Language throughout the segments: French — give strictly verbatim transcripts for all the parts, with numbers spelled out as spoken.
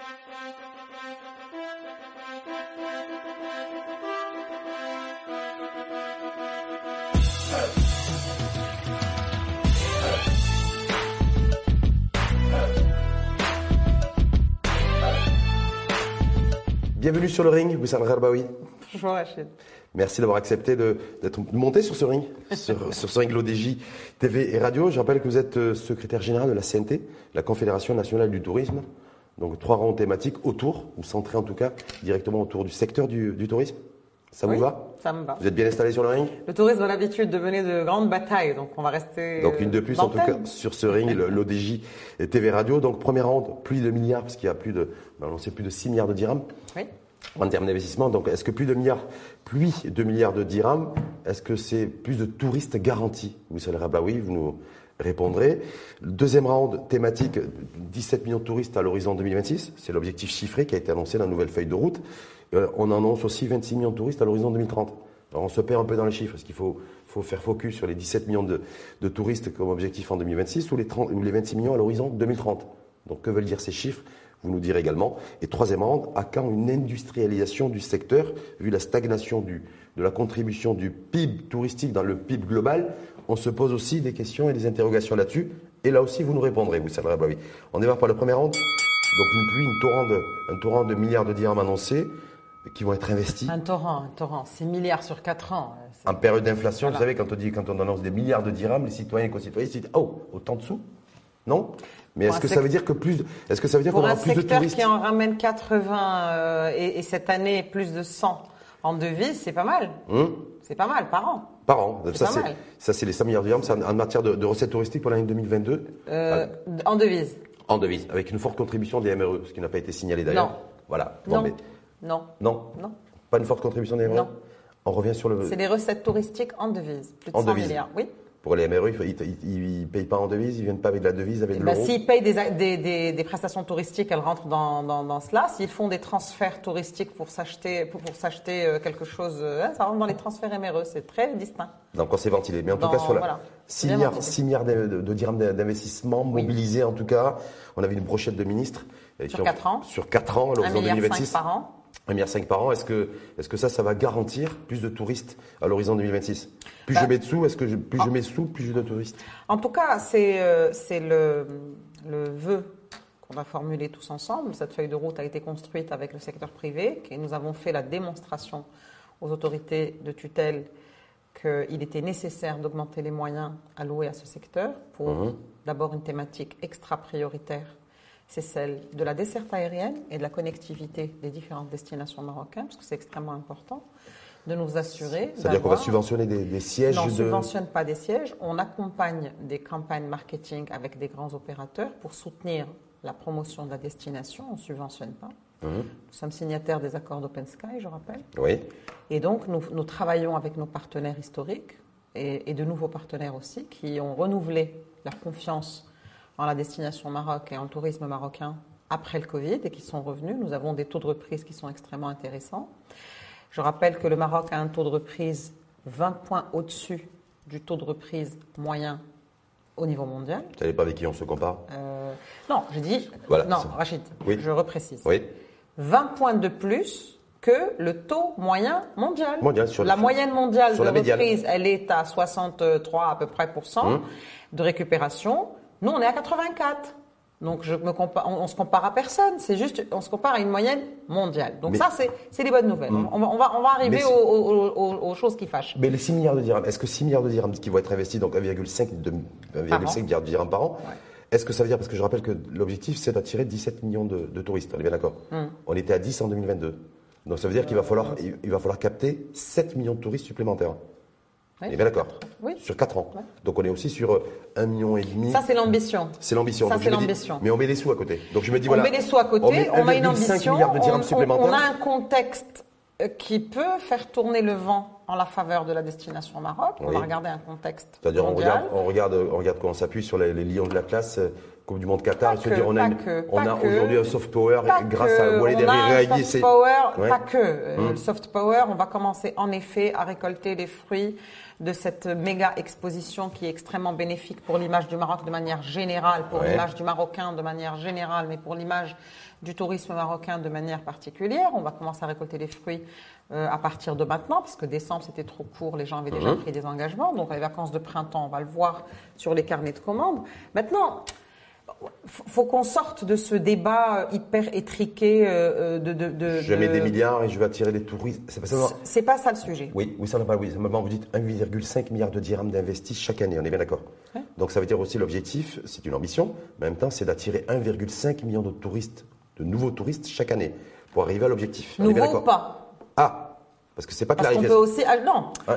Bienvenue sur le ring, Wissam Gharbaoui. Bonjour Rachid. Merci d'avoir accepté d'être monté sur ce ring, sur, sur ce ring l'O D J T V et radio. Je rappelle que vous êtes secrétaire général de la C N T, la Confédération nationale du tourisme. Donc trois rangs thématiques autour, ou centrés en tout cas, directement autour du secteur du, du tourisme. Ça vous oui, va? Ça me va. Vous êtes bien installé sur le ring? Le tourisme a l'habitude de mener de grandes batailles, donc on va rester. Donc une de plus en tout cas sur ce ring, l'O D J T V radio. Donc première ronde, plus de milliards, parce qu'il y a plus de, ben, on sait plus de six milliards de dirhams. Oui. En termes d'investissement, donc est-ce que plus de milliards, plus de milliards de dirhams, est-ce que c'est plus de touristes garantis? Wissam Gharbaoui, vous nous répondrez. Deuxième round thématique, dix-sept millions de touristes à l'horizon deux mille vingt-six. C'est l'objectif chiffré qui a été annoncé dans la nouvelle feuille de route. On annonce aussi vingt-six millions de touristes à l'horizon deux mille trente. Alors on se perd un peu dans les chiffres. Est-ce qu'il faut, faut faire focus sur les dix-sept millions de, de touristes comme objectif en deux mille vingt-six ou les, trente, ou les vingt-six millions à l'horizon deux mille trente? Donc que veulent dire ces chiffres? Vous nous direz également. Et troisième round, à quand une industrialisation du secteur, vu la stagnation du, de la contribution du P I B touristique dans le P I B global? On se pose aussi des questions et des interrogations là-dessus. Et là aussi, vous nous répondrez, vous savez. Bah oui. On démarre par le premier round. Donc une pluie, une torrent de, un torrent de milliards de dirhams annoncés qui vont être investis. Un torrent, un torrent. six milliards sur quatre ans. En période d'inflation, voilà. Vous savez, quand on dit, quand on annonce des milliards de dirhams, les citoyens et concitoyens se disent, oh, autant de sous? Non? Mais est-ce que ça veut dire que plus, est-ce que ça veut dire qu'on aura plus de touristes? Pour un secteur qui en ramène quatre-vingts euh, et, et cette année plus de cent en devises, c'est pas mal. Hum. C'est pas mal par an. Par an. Ça, c'est, ça, c'est les cinq milliards de dirhams. C'est en, en matière de, de recettes touristiques pour l'année deux mille vingt-deux. Euh, ah, en devises. En devises, avec une forte contribution des M R E, ce qui n'a pas été signalé d'ailleurs. Non. Voilà. Non. Bon, mais... non. Non. Non. Pas une forte contribution des M R E? Non. On revient sur le. C'est des recettes touristiques en devises. Plus de en cent devises. milliards. Oui. Pour les M R E, ils ne payent pas en devises, ils ne viennent pas avec de la devise, avec de bah, l'euro. S'ils payent des, des, des, des prestations touristiques, elles rentrent dans, dans, dans cela. S'ils font des transferts touristiques pour s'acheter pour, pour s'acheter quelque chose, ça rentre dans les transferts M R E. C'est très distinct. Donc, on s'est ventilé. Mais en dans, tout cas, sur la voilà. six milliards de, de, de dirhams d'investissement mobilisés, oui. En tout cas. On avait une brochette de ministres. Sur quatre ans. Sur quatre ans, à l'horizon deux mille vingt-six. par an. un virgule cinq milliard par an. Est-ce que, est-ce que ça, ça va garantir plus de touristes à l'horizon deux mille vingt-six? Plus bah, je mets de sous, est-ce que je, plus ah. je mets de sous, plus j'ai de touristes? En tout cas, c'est, euh, c'est le, le vœu qu'on va formuler tous ensemble. Cette feuille de route a été construite avec le secteur privé et nous avons fait la démonstration aux autorités de tutelle qu'il était nécessaire d'augmenter les moyens alloués à ce secteur pour mmh. d'abord une thématique extra-prioritaire. C'est celle de la desserte aérienne et de la connectivité des différentes destinations marocaines, parce que c'est extrêmement important de nous assurer. C'est-à-dire qu'on va subventionner des, des sièges? Non, on de... ne subventionne pas des sièges. On accompagne des campagnes marketing avec des grands opérateurs pour soutenir la promotion de la destination. On ne subventionne pas. Mmh. Nous sommes signataires des accords d'Open Sky, je rappelle. Oui. Et donc, nous, nous travaillons avec nos partenaires historiques et, et de nouveaux partenaires aussi qui ont renouvelé leur confiance en la destination Maroc et en le tourisme marocain après le Covid et qui sont revenus. Nous avons des taux de reprise qui sont extrêmement intéressants. Je rappelle que le Maroc a un taux de reprise vingt points au-dessus du taux de reprise moyen au niveau mondial. Vous ne savez pas avec qui on se compare? euh, Non, j'ai dit… Voilà, non, c'est... Rachid, oui. je reprécise. Oui. vingt points de plus que le taux moyen mondial. mondial sur la le... moyenne mondiale sur de la reprise, elle est à soixante-trois à peu près pour cent mmh. de récupération. Nous, on est à quatre-vingt-quatre. Donc, je me compare, on, on se compare à personne. C'est juste, on se compare à une moyenne mondiale. Donc, mais, ça, c'est, c'est des bonnes nouvelles. Mmh. On, va, on, va, on va arriver aux, aux, aux, aux choses qui fâchent. Mais les six milliards de dirhams, est-ce que six milliards de dirhams qui vont être investis, donc un virgule cinq milliard de dirhams par an, ouais. Est-ce que ça veut dire, parce que je rappelle que l'objectif, c'est d'attirer dix-sept millions de, de touristes. On est bien d'accord? mmh. On était à dix en deux mille vingt-deux. Donc, ça veut dire euh, qu'il va falloir, il, il va falloir capter sept millions de touristes supplémentaires. Oui, on est bien d'accord? Oui. Sur quatre ans. Ouais. Donc on est aussi sur un million et demi. Ça, c'est l'ambition. C'est l'ambition. Ça, Donc, c'est Dis, l'ambition. mais on met les sous à côté. Donc je me dis on voilà. On met les sous à côté, on, met on met une ambition. milliards de dirhams on, supplémentaires. On a un contexte qui peut faire tourner le vent en la faveur de la destination Maroc. Oui. On va regarder un contexte C'est-à-dire mondial. On regarde, on regarde, on regarde quand on s'appuie sur les, les lions de l'Atlas Coupe du Monde Qatar, Pas se que, dire on a, pas une- que, on pas a que. aujourd'hui un soft power Pas grâce que. à Walid On a un Regragui. soft power, Ouais. pas que. Euh, Hum. Le soft power, on va commencer en effet à récolter les fruits de cette méga exposition qui est extrêmement bénéfique pour l'image du Maroc de manière générale, pour Ouais. l'image du Marocain de manière générale, mais pour l'image du tourisme marocain de manière particulière. On va commencer à récolter les fruits euh, à partir de maintenant, parce que décembre c'était trop court, les gens avaient déjà Mhm. pris des engagements. Donc les vacances de printemps, on va le voir sur les carnets de commandes. Maintenant, faut faut qu'on sorte de ce débat hyper étriqué euh, de, de, de Je mets de- des milliards et je vais attirer les touristes. C'est pas seulement. C'est pas ça le sujet. Oui, oui, ça n'a pas. Oui, simplement vous dites un virgule cinq milliard de dirhams d'investis chaque année. On est bien d'accord. Ouais. Donc ça veut dire aussi l'objectif, c'est une ambition, mais en même temps, c'est d'attirer un virgule cinq million de touristes, de nouveaux touristes chaque année pour arriver à l'objectif. On est bien Nouveau ou d'accord. pas? Ah, parce que c'est pas Parce qu'on clarifié. peut aussi. Ah, non. Ouais.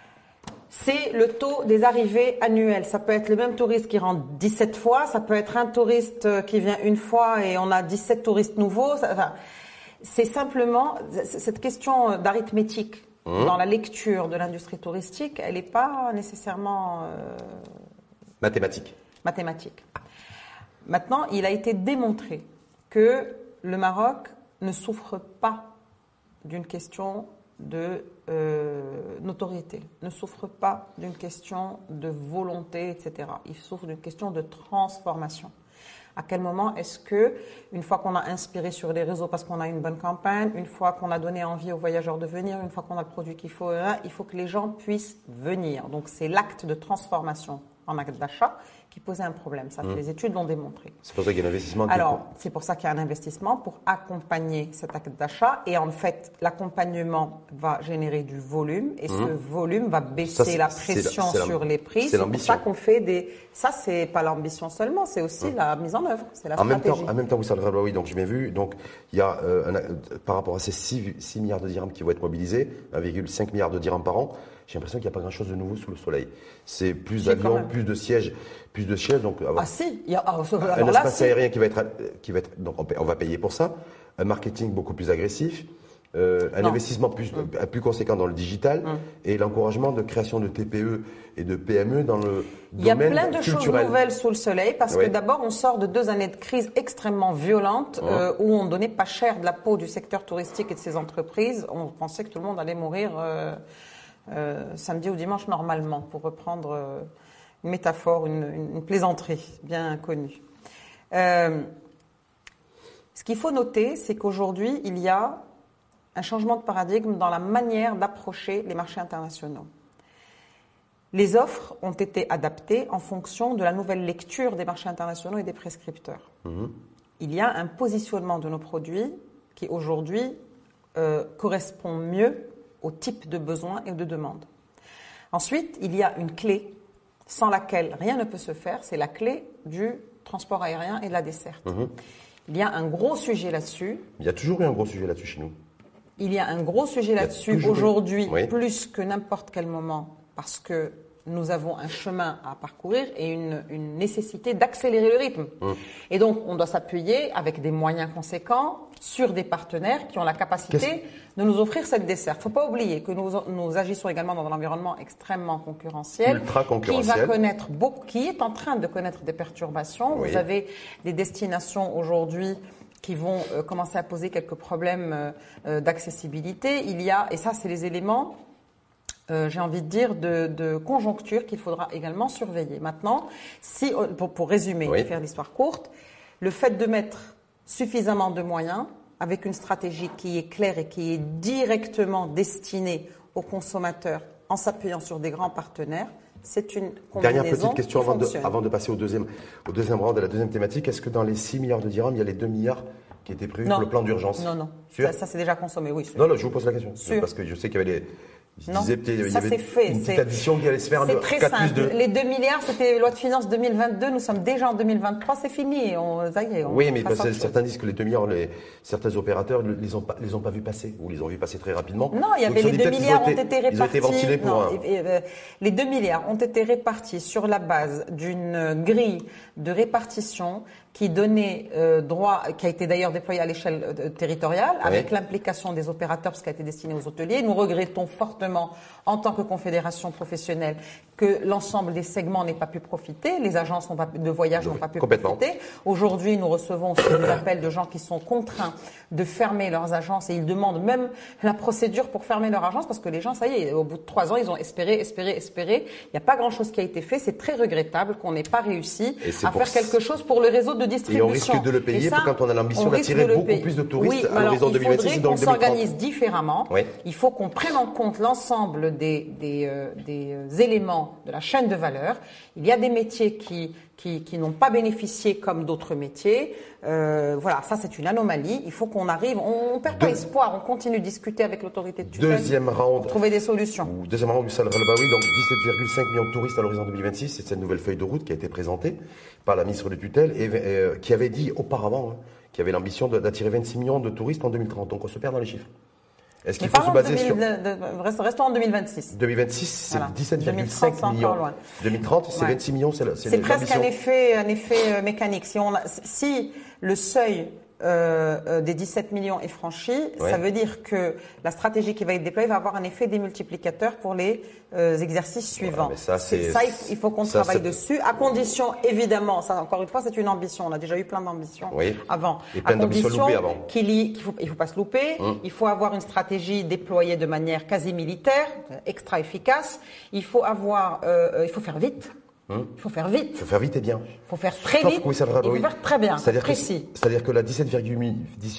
C'est le taux des arrivées annuelles. Ça peut être le même touriste qui rentre dix-sept fois, ça peut être un touriste euh, qui vient une fois et on a dix-sept touristes nouveaux. Ça- enfin, c'est simplement c- cette question d'arithmétique Mmh. dans la lecture de l'industrie touristique, elle n'est pas nécessairement euh, Mathématiques. mathématique. Maintenant, il a été démontré que le Maroc ne souffre pas d'une question de euh, notoriété, ne souffre pas d'une question de volonté, et cetera. Il souffre d'une question de transformation. À quel moment est-ce que, une fois qu'on a inspiré sur les réseaux parce qu'on a une bonne campagne, une fois qu'on a donné envie aux voyageurs de venir, une fois qu'on a le produit qu'il faut, hein, il faut que les gens puissent venir. Donc c'est l'acte de transformation en acte d'achat qui posait un problème. Ça, Mmh. les études l'ont démontré. C'est pour ça qu'il y a un investissement. qui est Alors, c'est pour ça qu'il y a un investissement pour accompagner cet acte d'achat. Et en fait, l'accompagnement va générer du volume et ce volume va baisser Ça, c'est- la c'est pression la- c'est la- sur les prix. c'est C'est pour l'ambition. ça qu'on fait des... Ça, c'est pas l'ambition seulement, c'est aussi la mise en œuvre, c'est la En même temps, stratégie. en même temps, vous savez, oui, donc j'ai bien vu. Donc, il y a euh, un- euh, par rapport à ces six milliards de dirhams qui vont être mobilisés, un virgule cinq milliard de dirhams par an. J'ai l'impression qu'il n'y a pas grand-chose de nouveau sous le soleil. C'est plus Si, quand d'avions, même. plus de sièges, plus de sièges. Donc, avoir Ah si, il y a... ah, un alors là, espace si. aérien qui va être, qui va être, donc on paie- on va payer pour ça. Un marketing beaucoup plus agressif. euh, un Non. investissement plus, euh, plus conséquent dans le digital et l'encouragement de création de T P E et de P M E dans le Il y a domaine plein de choses culturel. nouvelles sous le soleil parce Oui. que d'abord on sort de deux années de crise extrêmement violentes euh, où on donnait pas cher de la peau du secteur touristique et de ses entreprises. On pensait que tout le monde allait mourir euh, euh, samedi ou dimanche normalement, pour reprendre euh, une métaphore, une, une- une plaisanterie bien connue. Euh, ce qu'il faut noter, c'est qu'aujourd'hui il y a un changement de paradigme dans la manière d'approcher les marchés internationaux. Les offres ont été adaptées en fonction de la nouvelle lecture des marchés internationaux et des prescripteurs. Mhm. Il y a un positionnement de nos produits qui aujourd'hui euh, correspond mieux au type de besoins et de demandes. Ensuite, il y a une clé sans laquelle rien ne peut se faire, c'est la clé du transport aérien et de la desserte. Mhm. Il y a un gros sujet là-dessus. Il y a toujours eu un gros sujet là-dessus chez nous. Il y a un gros sujet là-dessus toujours eu- aujourd'hui, Oui. plus que n'importe quel moment, parce que nous avons un chemin à parcourir et une, une nécessité d'accélérer le rythme. Mmh. Et donc, on doit s'appuyer avec des moyens conséquents sur des partenaires qui ont la capacité de nous offrir cette desserte. Il ne faut pas oublier que nous, nous agissons également dans un environnement extrêmement concurrentiel, Ultra qui concurrentiel. va connaître beaucoup, qui est en train de connaître des perturbations. Oui. Vous avez des destinations aujourd'hui qui vont euh, commencer à poser quelques problèmes euh, euh, d'accessibilité. Il y a, et ça, c'est les éléments, euh, j'ai envie de dire, de, de conjoncture qu'il faudra également surveiller. Maintenant, si, euh, pour, pour résumer, Oui. faire l'histoire courte, le fait de mettre suffisamment de moyens avec une stratégie qui est claire et qui est directement destinée aux consommateurs en s'appuyant sur des grands partenaires, c'est une combinaison Dernière petite question qui avant de, fonctionne. avant de passer au deuxième, au deuxième round, à la deuxième thématique. Est-ce que dans les six milliards de dirhams, il y a les deux milliards qui étaient prévus Non. pour le plan d'urgence? Non, non. Sûr? Ça, ça c'est déjà consommé, oui. sûr. Non, non, je vous pose la question. Sûr. Parce que je sais qu'il y avait les. Je Non, disais peut-être il y ça, avait c'est fait, une petite c'est- addition qui allait se faire. C'est de très quatre plus simple. deux. Les deux milliards, c'était loi de finances deux mille vingt-deux. Nous sommes déjà en deux mille vingt-trois. C'est fini. On, ça y est. On Oui, mais passe parce à que autre chose. certains disent que les deux milliards, les, certains opérateurs ne les ont pas, les ont pas vus passer, ou les ont vus passer très rapidement. Non, il y Donc, avait ils ont les dit deux peut-être qu'ils milliards ont été- été Ils ont répartis. été ventilés pour non, un. et- et, euh, les deux milliards ont été répartis sur la base d'une grille de répartition qui donnait euh, droit, qui a été d'ailleurs déployé à l'échelle euh, territoriale, oui. avec l'implication des opérateurs, parce qu'il a été destiné aux hôteliers. Nous regrettons fortement, en tant que confédération professionnelle, que l'ensemble des segments n'ait pas pu profiter, les agences n'ont pas, de voyage n'ont pas pu profiter. Aujourd'hui, nous recevons aussi des appels de gens qui sont contraints de fermer leurs agences et ils demandent même la procédure pour fermer leur agence parce que les gens, ça y est, au bout de trois ans, ils ont espéré, espéré, espéré. Il n'y a pas grand-chose qui a été fait. C'est très regrettable qu'on n'ait pas réussi à faire quelque chose pour le réseau de distribution. Et on risque de le payer ça, quand on a l'ambition d'attirer beaucoup payer. plus de touristes oui, à l'horizon deux mille vingt-six et donc deux mille trente. Il faudrait qu'on s'organise différemment. Oui. Il faut qu'on prenne en compte l'ensemble des, des, euh, des euh, éléments de la chaîne de valeur. Il y a des métiers qui, qui, qui n'ont pas bénéficié comme d'autres métiers. Euh, voilà, ça c'est une anomalie. Il faut qu'on arrive, on ne perd pas espoir, on continue de discuter avec l'autorité de tutelle deuxième round, pour trouver des solutions. Deuxième round du Saleh Al-Baoui, donc dix-sept virgule cinq millions de touristes à l'horizon deux mille vingt-six. C'est cette nouvelle feuille de route qui a été présentée par la ministre de tutelle et euh, qui avait dit auparavant, hein, qui avait l'ambition d'attirer vingt-six millions de touristes en deux mille trente. Donc on se perd dans les chiffres. Est-ce qu'il faut se baser sur... De, de, restons en deux mille vingt-six. deux mille vingt-six, c'est voilà. dix-sept virgule cinq millions. millions. deux mille trente, c'est ouais. vingt-six millions. C'est, c'est, c'est presque un effet, un effet euh, mécanique. Si, on a, si le seuil euh, euh, des dix-sept millions est franchi, ouais. ça veut dire que la stratégie qui va être déployée va avoir un effet démultiplicateur pour les euh, exercices suivants. Ouais, mais ça, c'est, c'est, ça, il faut qu'on ça, travaille c'est... dessus, à condition, évidemment, ça encore une fois, c'est une ambition. On a déjà eu plein d'ambitions oui. avant. Et plein à d'ambitions loupées avant. Qu'il y, qu'il faut, il ne faut pas se louper. Hum. Il faut avoir une stratégie déployée de manière quasi militaire, extra efficace. Il faut avoir, euh, il faut faire vite. Hum. Il faut faire vite. Il faut faire vite et bien. Il faut faire très Sauf vite. Il faut oui. faire très bien, c'est-à-dire précis. Que, c'est-à-dire que la dix-sept virgule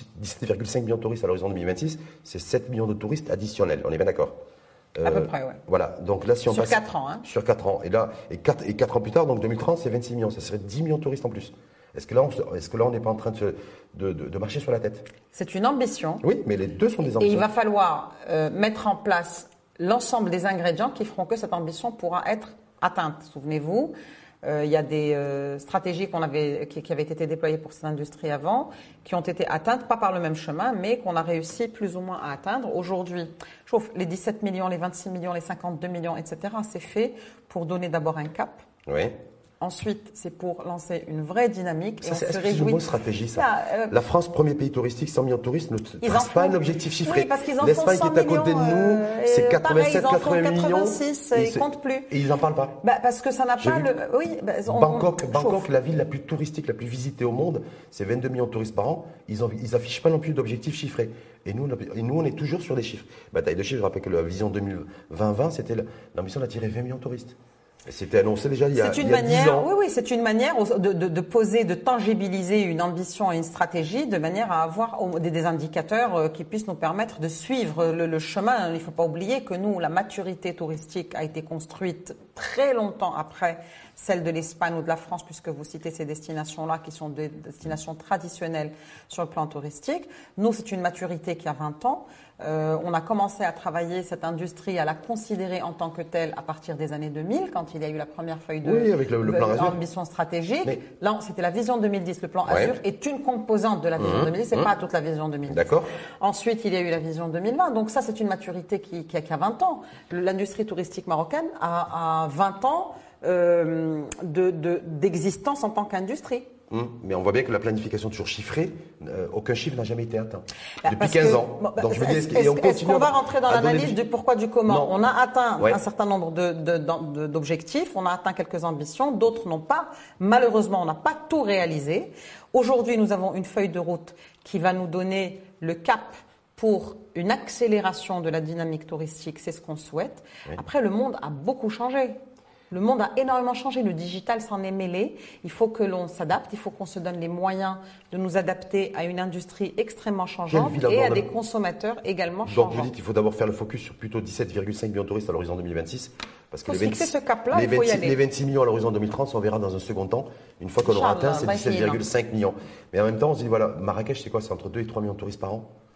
cinq millions de touristes à l'horizon deux mille vingt-six, c'est sept millions de touristes additionnels. On est bien d'accord. Euh, à peu près, oui. Voilà. Donc là, si on sur passe quatre ans, hein. Sur quatre ans. Et là, et quatre, et quatre ans plus tard, donc deux mille trente, c'est vingt-six millions. Ça serait dix millions de touristes en plus. Est-ce que là, on, est-ce que là, on n'est pas en train de, de, de, de marcher sur la tête? C'est une ambition. Oui, mais les deux sont des ambitions. Et il va falloir euh, mettre en place l'ensemble des ingrédients qui feront que cette ambition pourra être atteinte. Souvenez-vous. Euh, il y a des euh, stratégies qu'on avait, qui, qui avaient été déployées pour cette industrie avant, qui ont été atteintes, pas par le même chemin, mais qu'on a réussi plus ou moins à atteindre. Aujourd'hui, je trouve les dix-sept millions, les vingt-six millions, les cinquante-deux millions, et cetera, c'est fait pour donner d'abord un cap. Oui. Ensuite, c'est pour lancer une vraie dynamique. Ça, et on c'est, se réjouit. C'est une bonne stratégie, ça. Là, euh, la France, premier pays touristique, cent millions de touristes, ne trace pas un objectif chiffré. Oui, parce qu'ils en L'Espagne font cent qui est à côté de nous, euh, c'est quatre-vingt-sept, quatre-vingts millions. quatre-vingt-six, ils ne comptent plus. Et ils n'en parlent pas. Bah, parce que ça n'a J'ai pas vu. le. Oui. Bah, on, Bangkok, on Bangkok, la ville la plus touristique, la plus visitée au monde, c'est vingt-deux millions de touristes par an. Ils n'affichent pas non plus d'objectifs chiffrés. Et nous, on, et nous, on est toujours sur des chiffres. Bataille de chiffres, je rappelle que la vision deux mille vingt, c'était l'ambition d'attirer vingt millions de touristes. C'était annoncé déjà il y a, c'est une il y a manière, dix ans. Oui, oui, c'est une manière de, de, de poser, de tangibiliser une ambition et une stratégie de manière à avoir des, des indicateurs qui puissent nous permettre de suivre le, le chemin. Il ne faut pas oublier que nous, la maturité touristique a été construite très longtemps après celle de l'Espagne ou de la France, puisque vous citez ces destinations-là qui sont des destinations traditionnelles sur le plan touristique. Nous, c'est une maturité qui a vingt ans. Euh, on a commencé à travailler cette industrie, à la considérer en tant que telle à partir des années deux mille, quand il y a eu la première feuille de oui, avec le, le plan ambition stratégique. Mais... Là, c'était la vision deux mille dix. Le plan ouais. Azur est une composante de la vision mmh, deux mille dix, c'est mmh. pas toute la vision deux mille dix. D'accord. Ensuite, il y a eu la vision deux mille vingt. Donc ça, c'est une maturité qui, qui, a, qui a vingt ans. L'industrie touristique marocaine a, a vingt ans euh, de, de, d'existence en tant qu'industrie. Hum, mais on voit bien que la planification toujours chiffrée, euh, aucun chiffre n'a jamais été atteint. Bah, depuis quinze que, ans. Bon, bah, Donc je me dis, est-ce, est-ce, et on est-ce continue qu'on va rentrer dans l'analyse donner... du pourquoi du comment? Non. On a atteint ouais. un certain nombre de, de, de, d'objectifs, on a atteint quelques ambitions, d'autres n'ont pas. Malheureusement, on n'a pas tout réalisé. Aujourd'hui, nous avons une feuille de route qui va nous donner le cap pour une accélération de la dynamique touristique. C'est ce qu'on souhaite. Oui. Après, le monde a beaucoup changé. Le monde a énormément changé, le digital s'en est mêlé. Il faut que l'on s'adapte, il faut qu'on se donne les moyens de nous adapter à une industrie extrêmement changeante et à des consommateurs également changeants. Donc vous dites qu'il faut d'abord faire le focus sur plutôt dix-sept virgule cinq millions de touristes à l'horizon deux mille vingt-six. Parce que faut les, vingt-six, ce cap-là, les, il faut y vingt-six, aller. les vingt-six millions à l'horizon deux mille trente, on verra dans un second temps. Une fois qu'on aura atteint, c'est dix-sept virgule cinq millions. Mais en même temps, on se dit, voilà, Marrakech, c'est quoi? C'est entre deux et trois millions de touristes par an.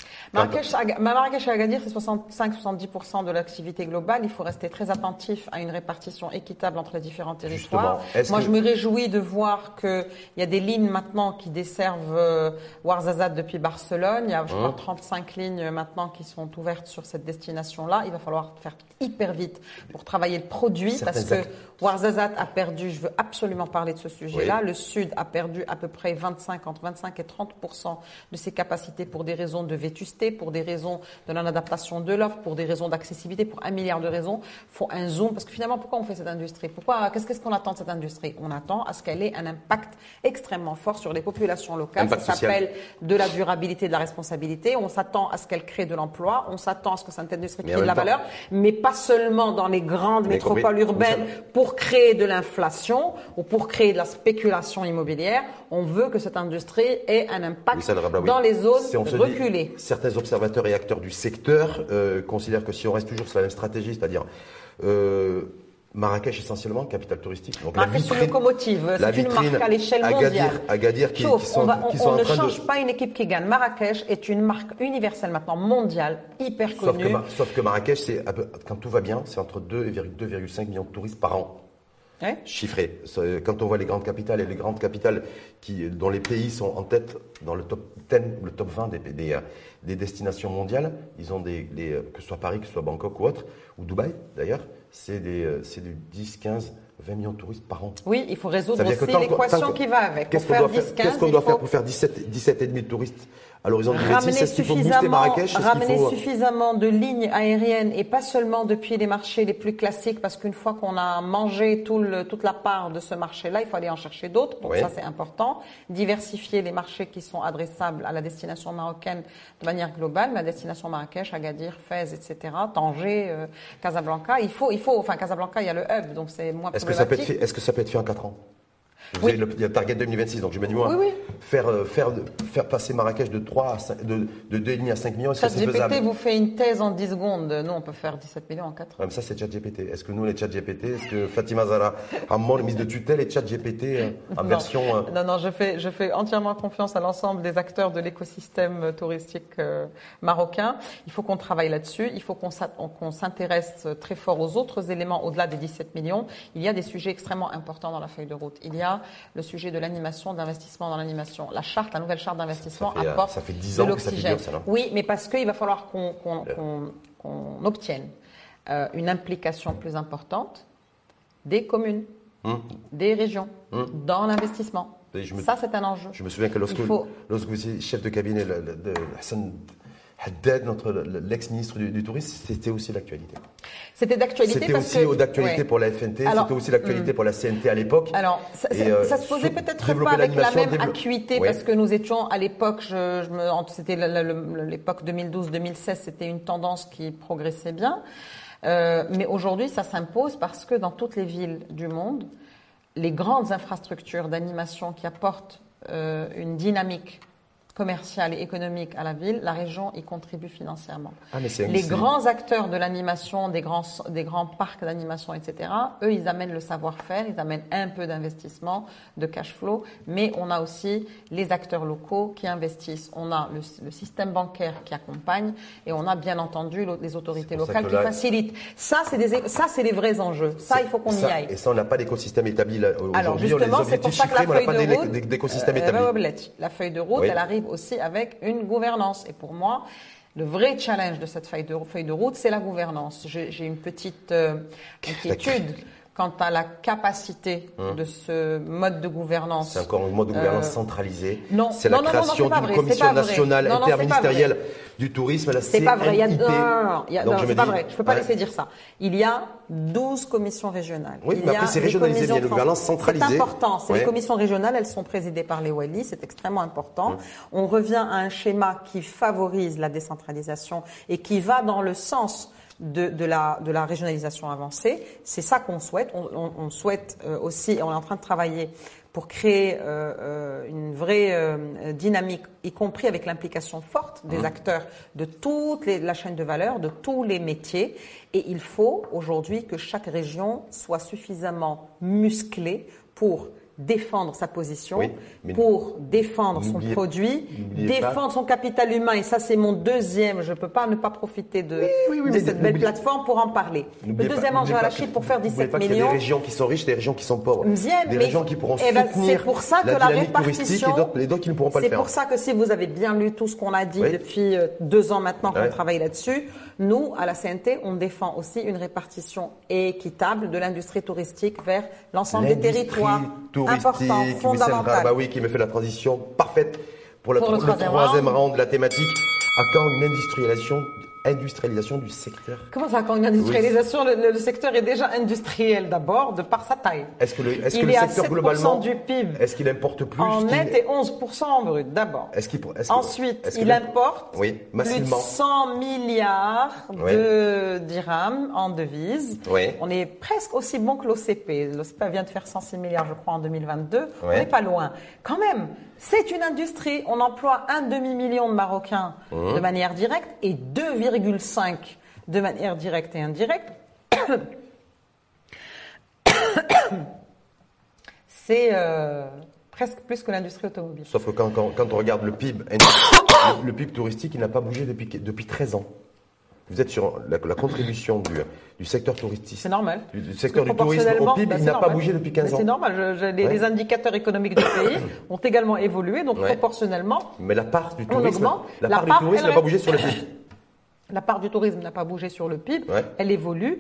Marrakech, Marrakech et Agadir, c'est soixante-cinq à soixante-dix pour cent de l'activité globale. Il faut rester très attentif à une répartition équitable entre les différents territoires. Moi, que... je me réjouis de voir qu'il y a des lignes maintenant qui desservent euh, Ouarzazate depuis Barcelone. Il y a, je crois, mmh. trente-cinq lignes maintenant qui sont ouvertes sur cette destination-là. Il va falloir faire hyper vite pour travailler le produit. Certaines parce que Ouarzazate a perdu, je veux absolument parler de ce sujet-là, oui. Le Sud a perdu à peu près vingt-cinq, entre vingt-cinq et trente pour cent de ses capacités pour des raisons de vétusté, pour des raisons de l'adaptation de l'offre, pour des raisons d'accessibilité, pour un milliard de raisons. Il faut un zoom, parce que finalement, pourquoi on fait cette industrie? Pourquoi, qu'est-ce, qu'est-ce qu'on attend de cette industrie? On attend à ce qu'elle ait un impact extrêmement fort sur les populations locales. Impact Ça s'appelle social. De la durabilité, de la responsabilité. On s'attend à ce qu'elle crée de l'emploi. On s'attend à ce que cette industrie crée de la temps, valeur, mais pas seulement dans les grandes mais métropoles urbaines pour créer de l'inflation ou pour créer de la spéculation immobilière. On veut que cette industrie ait un impact oui, dans les zones si reculées. Certains observateurs et acteurs du secteur euh, considèrent que si on reste toujours sur la même stratégie, c'est-à-dire euh, Marrakech essentiellement, capitale touristique. Donc Marrakech c'est une locomotive, c'est une marque à l'échelle mondiale. Agadir, Agadir qui, Sauf, qui sont, on, va, on, qui sont on en ne train change de... pas une équipe qui gagne. Marrakech est une marque universelle maintenant, mondiale, hyper sauf connue. Que, sauf que Marrakech, c'est, quand tout va bien, c'est entre deux et deux virgule cinq millions de touristes par an. Ouais. Chiffré. Quand on voit les grandes capitales et les grandes capitales qui, dont les pays sont en tête dans le top dix, le top vingt des, des, des destinations mondiales, ils ont des, les, que ce soit Paris, que ce soit Bangkok ou autre, ou Dubaï d'ailleurs, c'est des, c'est du dix, quinze, vingt millions de touristes par an. Oui, il faut résoudre aussi l'équation qui va avec. Qu'est-ce qu'on doit, faire, qu'est-ce qu'on doit faut... faire pour faire dix-sept, dix-sept virgule cinq de touristes à l'horizon deux mille vingt-six? Est-ce qu'il faut booster Marrakech? Ramener faut... suffisamment de lignes aériennes et pas seulement depuis les marchés les plus classiques, parce qu'une fois qu'on a mangé tout le, toute la part de ce marché-là, il faut aller en chercher d'autres. Donc oui. Ça, c'est important. Diversifier les marchés qui sont adressables à la destination marocaine de manière globale, la destination Marrakech, Agadir, Fès, et cetera, Tanger, euh, Casablanca. Il faut, il faut, enfin Casablanca, il y a le hub, donc c'est moins est-ce que ça peut être fait, est-ce que ça peut être fait en quatre ans? Vous oui. avez le, il y a le target deux mille vingt-six, donc je me dis moi, oui, oui. Faire, faire, faire passer Marrakech de trois à cinq, de, de deux virgule cinq à cinq millions, est-ce que c'est faisable? ChatGPT vous fait une thèse en dix secondes. Nous, on peut faire dix-sept millions en quatre ans. Ouais, mais ça, c'est ChatGPT. Est-ce que nous, les ChatGPT, est-ce que Fatima Zahra Hamon, mise de tutelle, et ChatGPT euh, en non. version. Euh... Non, non, je fais, je fais entièrement confiance à l'ensemble des acteurs de l'écosystème touristique euh, marocain. Il faut qu'on travaille là-dessus. Il faut qu'on, qu'on s'intéresse très fort aux autres éléments au-delà des dix-sept millions. Il y a des sujets extrêmement importants dans la feuille de route. Il y a le sujet de l'animation, d'investissement dans l'animation. La charte, la nouvelle charte d'investissement ça fait, apporte ça fait dix ans de l'oxygène. Que ça fait dur, ça, oui, mais parce qu'il va falloir qu'on, qu'on, qu'on, qu'on obtienne euh, une implication plus importante des communes, hum. des régions, hum. dans l'investissement. Me, ça, c'est un enjeu. Je me souviens que lorsque, faut... lorsque vous étiez chef de cabinet de, de, de Hassan Haddad, notre l'ex-ministre du, du Tourisme, c'était aussi l'actualité. C'était d'actualité c'était parce aussi que... C'était d'actualité ouais. pour la F N T, alors, c'était aussi l'actualité hum. pour la C N T à l'époque. Alors, ça, et, euh, ça se posait peut-être pas avec la même dévelop... acuité ouais. parce que nous étions à l'époque, je, je me, c'était l'époque deux mille douze deux mille seize, c'était une tendance qui progressait bien. Euh, mais aujourd'hui, ça s'impose parce que dans toutes les villes du monde, les grandes infrastructures d'animation qui apportent euh, une dynamique commerciale et économique à la ville, la région y contribue financièrement. Ah, mais c'est, les c'est... grands acteurs de l'animation, des grands, des grands parcs d'animation, et cetera, eux, ils amènent le savoir-faire, ils amènent un peu d'investissement, de cash flow, mais on a aussi les acteurs locaux qui investissent. On a le, le système bancaire qui accompagne et on a bien entendu les autorités locales qui là... facilitent. Ça, c'est des, ça, c'est les vrais enjeux. Ça, il faut qu'on ça, y aille. Et ça, on n'a pas d'écosystème établi là, aujourd'hui. Alors, justement, on c'est pour ça que la feuille de route, d'écosystème établi. Euh, la feuille de route, oui. elle arrive aussi avec une gouvernance. Et pour moi, le vrai challenge de cette feuille de, feuille de route, c'est la gouvernance. J'ai, j'ai une petite euh, inquiétude quant à la capacité hum. de ce mode de gouvernance. C'est encore un mode de gouvernance euh, centralisé. Non, c'est non, la création non, non, d'une commission nationale non, non, interministérielle du tourisme, la c'est C N I P. Pas vrai. Il y a, non, non, non, il y a, non, c'est dis, pas vrai. Je peux pas ouais. laisser dire ça. Il y a douze commissions régionales. Oui, il mais après c'est régionalisé, il y a une gouvernance centralisée. C'est important. C'est ouais. les commissions régionales, elles sont présidées par les Wali, c'est extrêmement important. Hum. On revient à un schéma qui favorise la décentralisation et qui va dans le sens De, de, la, de la régionalisation avancée. C'est ça qu'on souhaite. On, on, on souhaite euh, aussi, on est en train de travailler pour créer euh, euh, une vraie euh, dynamique, y compris avec l'implication forte des mmh. acteurs de toute les, la chaîne de valeur, de tous les métiers. Et il faut aujourd'hui que chaque région soit suffisamment musclée pour défendre sa position, Oui, mais pour défendre son n'oubliez- produit, n'oubliez défendre son capital humain. Et ça, c'est mon deuxième. Je ne peux pas ne pas profiter de, oui, oui, de mais cette belle n'oubliez- plateforme pour en parler. Le N'oubliez pas- deuxième enjeu n'oubliez à la pas Chine que- pour faire n'oubliez dix-sept pas qu'il y a millions. des régions qui sont riches, des régions qui sont pauvres. Deuxième, Des mais- régions qui pourront eh ben, soutenir c'est pour ça que la la dynamique touristique répartition, et d'autres, et d'autres qui ne pourront pas le c'est faire. pour ça que si vous avez bien lu tout ce qu'on a dit Oui. depuis euh, deux ans maintenant qu'on Ouais. travaille là-dessus, nous, à la C N T, on défend aussi une répartition équitable de l'industrie touristique vers l'ensemble des L'industrie territoires. touristique, Important, Wissem fondamental. Rabaoui qui me fait la transition parfaite pour, la Pour le tro- troisième troisième round. round de la thématique. À quand une industrialisation, industrialisation du secteur? Comment ça, quand une industrialisation, le, le- le secteur est déjà industriel d'abord, de par sa taille. Est-ce que le, est-ce que Il le est à secteur sept pour cent globalement, du P I B est-ce qu'il importe plus en qu'il- net et onze pour cent en brut, d'abord. Est-ce qu'il, est-ce que- Ensuite, est-ce que il le- importe Oui, plus de massivement. cent milliards de dirhams en devises. Oui. On est presque aussi bon que l'O C P. L'O C P vient de faire cent six milliards, je crois, en deux mille vingt-deux. On Oui. n'est pas loin. Quand même, c'est une industrie. On emploie un demi-million de Marocains Mmh. de manière directe et deux virgule cinq de manière directe et indirecte. C'est euh, presque plus que l'industrie automobile. Sauf que quand, quand, quand on regarde le P I B, le, le P I B touristique, il n'a pas bougé depuis, depuis treize ans. Vous êtes sur la, la contribution du, du secteur touristique. C'est normal. Du, du secteur Parce du que tourisme au proportionnellement, P I B, bah, il c'est n'a pas normal. bougé depuis Mais quinze ans. C'est normal. Je- je- les, Ouais. les indicateurs économiques du pays ont également évolué, donc Ouais. proportionnellement, Mais la part du On tourisme, augmente. la La part part, du tourisme elle n'a pas reste- bougé sur le P I B. la part du tourisme n'a pas bougé sur le P I B. Ouais. Elle évolue.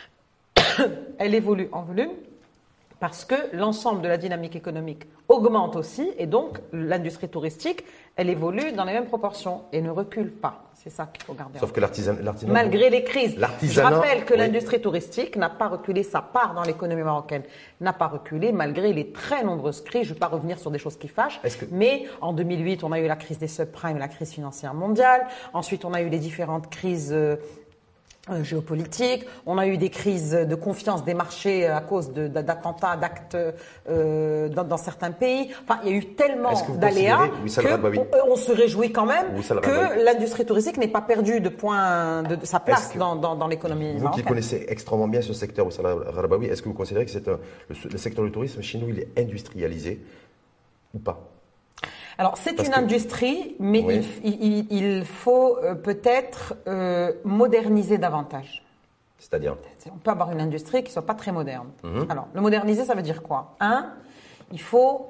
Elle évolue en volume parce que l'ensemble de la dynamique économique augmente aussi et donc l'industrie touristique, elle évolue dans les mêmes proportions et ne recule pas. C'est ça qu'il faut garder en Sauf que l'artisan- l'artisanat. malgré les crises. Je L'artisanat, rappelle que oui. l'industrie touristique n'a pas reculé, sa part dans l'économie marocaine n'a pas reculé malgré les très nombreuses crises. Je ne vais pas revenir sur des choses qui fâchent, Est-ce que- mais en deux mille huit, on a eu la crise des subprimes, la crise financière mondiale. Ensuite, on a eu les différentes crises euh, euh, géopolitiques. On a eu des crises de confiance des marchés à cause de- d'attentats, d'actes euh, dans, dans certains pays. Enfin, il y a eu tellement Est-ce que vous d'aléas considérez- Wissam Rabaoui. qu'on on se réjouit quand même Wissam Rabaoui. que l'industrie touristique n'ait pas perdu de point de, de sa place Est-ce que- dans, dans, dans l'économie Vous qui marocaine. connaissez extrêmement bien ce secteur, Wissam Rabaoui, est-ce que vous considérez que c'est un- le, le secteur du tourisme chez nous, il est industrialisé ou pas? Alors, c'est Parce une que- industrie, mais Oui. il, il- il faut euh, peut-être euh, moderniser davantage. C'est-à-dire? C'est- On peut avoir une industrie qui soit pas très moderne. Mhm. Alors, le moderniser, ça veut dire quoi? Un, il faut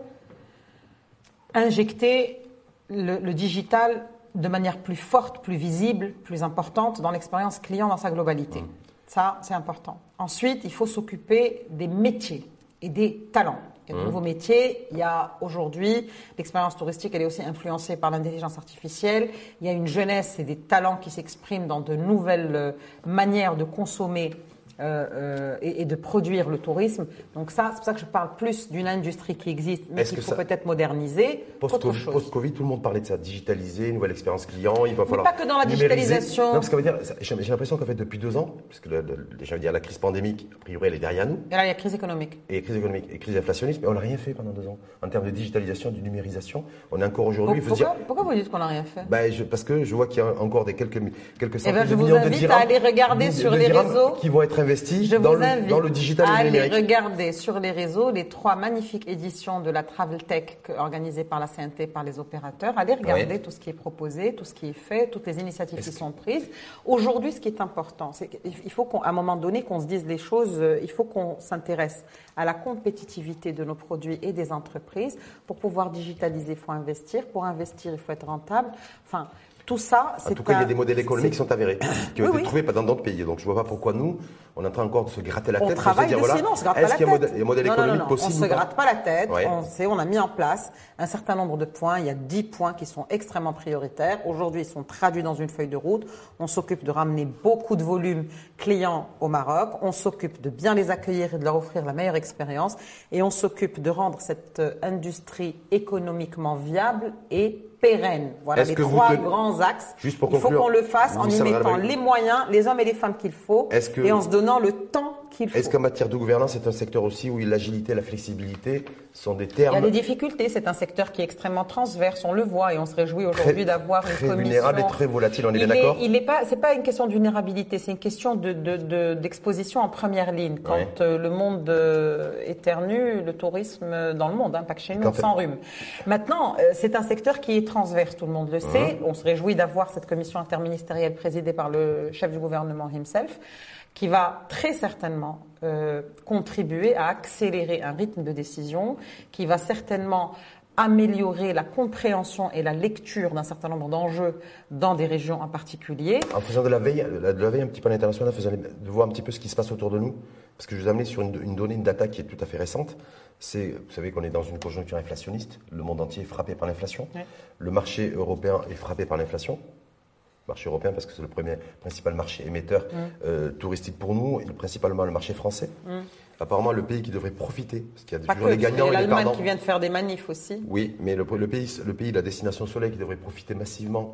injecter le, le digital de manière plus forte, plus visible, plus importante dans l'expérience client dans sa globalité. Ça, c'est important. Ensuite, il faut s'occuper des métiers et des talents. Il y a de nouveaux métiers. Il y a aujourd'hui, l'expérience touristique, elle est aussi influencée par l'intelligence artificielle. Il y a une jeunesse et des talents qui s'expriment dans de nouvelles euh, manières de consommer euh, euh, et, et de produire le tourisme. Donc ça, c'est pour ça que je parle plus d'une industrie qui existe, mais Est-ce qu'il que faut ça- peut-être moderniser. Autre Post-Covid, chose. post-Covid, tout le monde parlait de ça, digitaliser, nouvelle expérience client, il va falloir pas que dans la numériser. digitalisation. Non, parce que ça veut dire, ça- j'ai j'ai l'impression qu'en fait depuis deux ans, puisque le, le- je veux dire la crise pandémique, a priori elle est derrière nous, Et là, il y a crise économique. et crise économique et crise inflationniste, mais on n'a rien fait pendant deux ans en termes de digitalisation, de numérisation. On est encore aujourd'hui, il faut se Pourquoi, dire, pourquoi vous dites qu'on n'a rien fait? ben, je- parce que je vois qu'il y a encore des quelques mi- quelques Eh centaines ben, je de vous millions de invite dirhams, à aller regarder de- sur de les dirhams réseaux. qui vont être investis Je dans vous le, invite dans le digital et à le aller numérique. regarder sur les réseaux les trois magnifiques éditions de la Travel Tech que- organisées par la C N T, par les opérateurs. Allez regarder Oui. tout ce qui est proposé, tout ce qui est fait, toutes les initiatives Est-ce qui que- sont prises. Aujourd'hui, ce qui est important, c'est qu'il faut qu'à un moment donné qu'on se dise les choses, euh, il faut qu'on s'intéresse à la compétitivité de nos produits et des entreprises. Pour pouvoir digitaliser, il faut investir. Pour investir, il faut être rentable. Enfin, tout ça, c'est En tout cas, il y a un- des modèles économiques qui c'est- sont avérés, qui ont Oui, été oui. trouvés pas dans d'autres pays. Donc, je ne vois pas pourquoi nous, on est en train encore de se gratter la On tête. pour travaille se dire, dessus, voilà, non, on se gratte est-ce pas la qu'il y a un tête. modèle, un modèle non, non, économique non, non, possible on ou se pas? gratte pas la tête. Ouais. On, sait, on a mis en place un certain nombre de points. Il y a dix points qui sont extrêmement prioritaires. Aujourd'hui, ils sont traduits dans une feuille de route. On s'occupe de ramener beaucoup de volume clients au Maroc. On s'occupe de bien les accueillir et de leur offrir la meilleure expérience. Et on s'occupe de rendre cette euh, industrie économiquement viable et pérenne. Voilà Est-ce les que vous trois te- grands axes. Juste pour Il faut conclure, qu'on le fasse en y Wissam mettant Rabaoui. les moyens, les hommes et les femmes qu'il faut, Est-ce que- et en se donnant le temps qu'il faut. Est-ce qu'en matière de gouvernance, c'est un secteur aussi où l'agilité et la flexibilité sont des Il y termes a des difficultés. C'est un secteur qui est extrêmement transverse. On le voit et on se réjouit aujourd'hui d'avoir une très commission. vulnérable et très volatile. On est bien Il est, d'accord? il est pas. C'est pas une question de vulnérabilité. C'est une question de, de, de, d'exposition en première ligne. Quand Ouais. euh, le monde euh, éternue, le tourisme dans le monde, hein, pas que chez nous, Quand fait- sans rhume. Maintenant, euh, c'est un secteur qui est transverse. Tout le monde le sait. Mhm. On se réjouit d'avoir cette commission interministérielle présidée par le chef du gouvernement himself, qui va très certainement euh, contribuer à accélérer un rythme de décision, qui va certainement améliorer la compréhension et la lecture d'un certain nombre d'enjeux dans des régions en particulier. En faisant de la veille, de la, de la veille un petit peu à l'international, en faisant les- de voir un petit peu ce qui se passe autour de nous, parce que je vous ai amené sur une, une donnée, une data qui est tout à fait récente. C'est, vous savez qu'on est dans une conjoncture inflationniste. Le monde entier est frappé par l'inflation. Oui. Le marché européen est frappé par l'inflation. Marché européen parce que c'est le premier principal marché émetteur Mm. euh, touristique pour nous, et principalement le marché français. Mm. Apparemment, le pays qui devrait profiter, parce qu'il y a Pas toujours que, les gagnants il y a et les l'Allemagne perdants. qui vient de faire des manifs aussi. Oui, mais le, le pays, le pays de la destination soleil qui devrait profiter massivement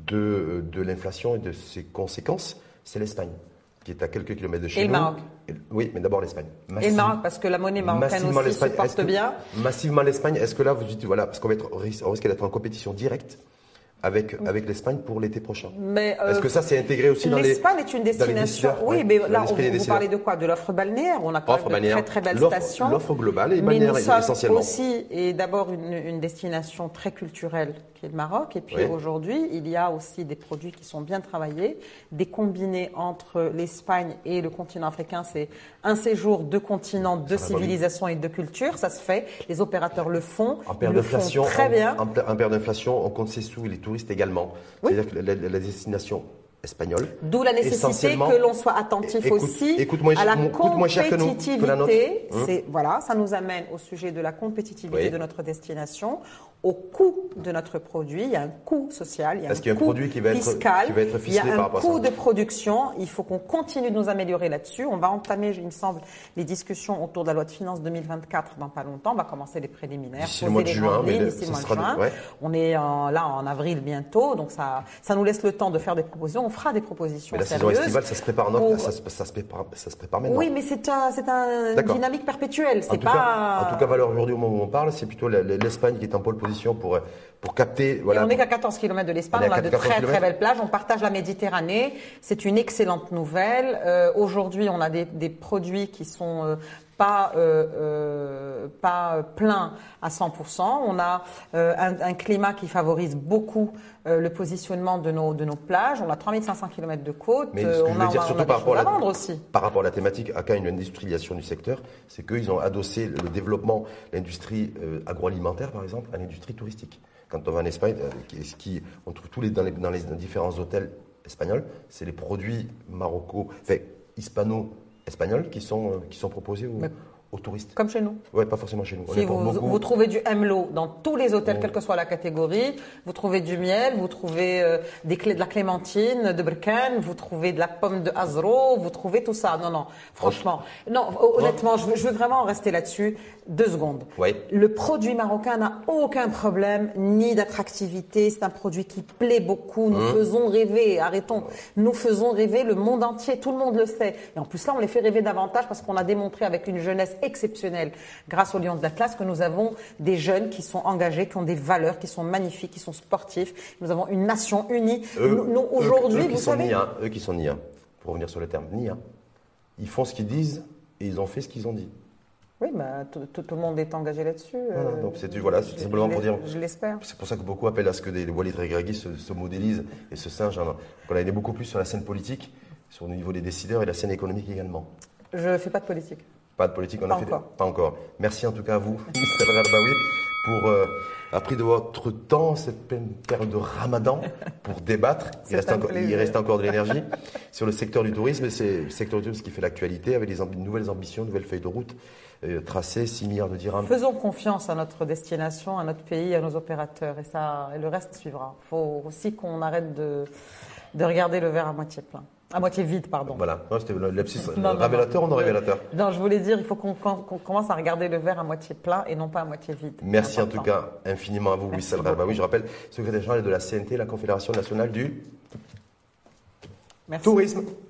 de, de l'inflation et de ses conséquences, c'est l'Espagne, qui est à quelques kilomètres de chez Et nous. le Maroc. Et- Oui, mais d'abord l'Espagne. Et Massive- le Maroc, parce que la monnaie marocaine massivement aussi se l'Espagne. Est-ce porte que- bien. Massivement l'Espagne. Est-ce que là, vous dites, voilà, parce qu'on va être, on risque on risque d'être en compétition directe avec, avec l'Espagne pour l'été prochain. Mais, euh, Est-ce que ça, c'est intégré aussi dans les... l'Espagne est une dans les destination. décideurs, Oui, ouais, mais dans là, l'esprit on- des vous décideurs. parlez de quoi? De l'offre balnéaire. On a quand Offre même de balnéaire. très très belles L'offre- stations. L'offre globale et Mais nous balnéaire sommes essentiellement. aussi, et d'abord, une, une destination très culturelle qui est le Maroc. Et puis Oui. aujourd'hui, il y a aussi des produits qui sont bien travaillés, des combinés entre l'Espagne et le continent africain. C'est un séjour, deux continents, deux Ça va pas civilisations et deux cultures. Ça se fait. Les opérateurs le font. En Ils période le font d'inflation, très en- bien. En, en période d'inflation, on compte ses sous et les touristes également. Oui. C'est-à-dire que la, la- la destination espagnole. D'où la nécessité essentiellement- que l'on soit attentif Écoute- aussi écoute moins- à la coûte moins cher que nous, que la nôtre. compétitivité. Hum. C'est voilà, ça nous amène au sujet de la compétitivité Oui. de notre destination, au coût de notre produit. Il y a un coût social, il y a Est-ce un qu'il y a un coût produit qui va être- fiscal, qui va être il y a ficelé un par rapport à coût ça? de production. Il faut qu'on continue de nous améliorer là-dessus. On va entamer, il me semble, les discussions autour de la loi de finances deux mille vingt-quatre dans pas longtemps. On va commencer les préliminaires, D'ici le poser mois de les juin, grandes mais lignes le- d'ici le ça mois de sera de- juin. ouais. On est en- là en avril bientôt, donc ça, ça nous laisse le temps de faire des propositions. On fera des propositions Mais la saison sérieuses. estivale, ça se prépare en octobre, Pour- ça, se- ça se prépare, ça se prépare maintenant. Oui, mais c'est un, c'est un, une D'accord. dynamique perpétuelle. En C'est tout, pas. cas, en tout cas, valeur aujourd'hui au moment où on parle, c'est plutôt la- la- l'Espagne qui est en pole position pour, pour capter. Et Voilà, on n'est qu'à quatorze kilomètres de l'Espagne, On est on à a de quatorze très très kilomètres. belles plages, on partage la Méditerranée, c'est une excellente nouvelle. Euh, Aujourd'hui, on a des, des produits qui sont euh, pas euh, euh, pas pleins à cent pour cent. On a euh, un, un climat qui favorise beaucoup euh, le positionnement de nos de nos plages. On a trois mille cinq cents kilomètres de côte. Mais ce Euh, que on je a, veux dire, on a- surtout on a par des rapport, choses à à la, vendre aussi. par rapport à la thématique, à une industrialisation du secteur, c'est qu'ils ont adossé le développement de l'industrie euh, agroalimentaire, par exemple, à l'industrie touristique. Quand on va en Espagne, euh, qui, ce qui- on trouve tous les dans, les dans les différents hôtels espagnols, c'est les produits maroco, enfin hispano-espagnols qui sont euh, qui sont proposés aux, Mais- aux touristes. Comme chez nous. Ouais, pas forcément chez nous. On Si importe vous, beaucoup. vous trouvez du M L O dans tous les hôtels, Oh. quelle que soit la catégorie, vous trouvez du miel, vous trouvez euh, des clés de la clémentine, de Brkan, vous trouvez de la pomme de Azro, vous trouvez tout ça. Non, non, franchement. Non, honnêtement, je veux, je veux vraiment rester là-dessus deux secondes. Oui. Le produit marocain n'a aucun problème, ni d'attractivité. C'est un produit qui plaît beaucoup. Nous faisons rêver, arrêtons. Nous faisons rêver le monde entier. Tout le monde le sait. Et en plus là, on les fait rêver davantage parce qu'on a démontré avec une jeunesse exceptionnelle, grâce au Lion de l'Atlas, que nous avons des jeunes qui sont engagés, qui ont des valeurs, qui sont magnifiques, qui sont sportifs. Nous avons une nation unie. Eux- nous, nous, eux- aujourd'hui, eux qui vous sont savez. niais, eux qui sont niais, pour revenir sur le terme niais, ils font ce qu'ils disent et ils ont fait ce qu'ils ont dit. Oui, bah, tout, tout- tout le monde est engagé là-dessus. Voilà, euh, donc c'est voilà, c'est je- simplement je pour l'es- dire. Je l'espère. C'est pour ça que beaucoup appellent à ce que des Walid Regragui se, se modélisent et se singent. Hein. On a aidé beaucoup plus sur la scène politique, sur le niveau des décideurs et la scène économique également. Je ne fais pas de politique. Pas de politique, on Pas a fait encore. pas encore. Merci en tout cas à vous, mister Rarbaoui, pour euh, après de votre temps, cette pleine période de Ramadan, pour débattre. Il C'est reste, un encore, il plaisir. reste encore de l'énergie sur le secteur du tourisme. C'est le secteur du tourisme qui fait l'actualité, avec des ambi- nouvelles ambitions, nouvelles feuilles de route euh, tracées, six milliards de dirhams. Faisons confiance à notre destination, à notre pays, à nos opérateurs, et ça, et le reste suivra. Il faut aussi qu'on arrête de, de regarder le verre à moitié plein, à moitié vide, pardon. Voilà, non, c'était le lapsus Non, non, révélateur non. ou non révélateur. Non, je voulais dire, il faut qu'on qu'on commence à regarder le verre à moitié plein et non pas à moitié vide. Merci C'est en tout important. cas infiniment à vous, Merci Wissal Rarbaoui. Je rappelle, secrétaire général de la C N T, la Confédération nationale du Merci. tourisme.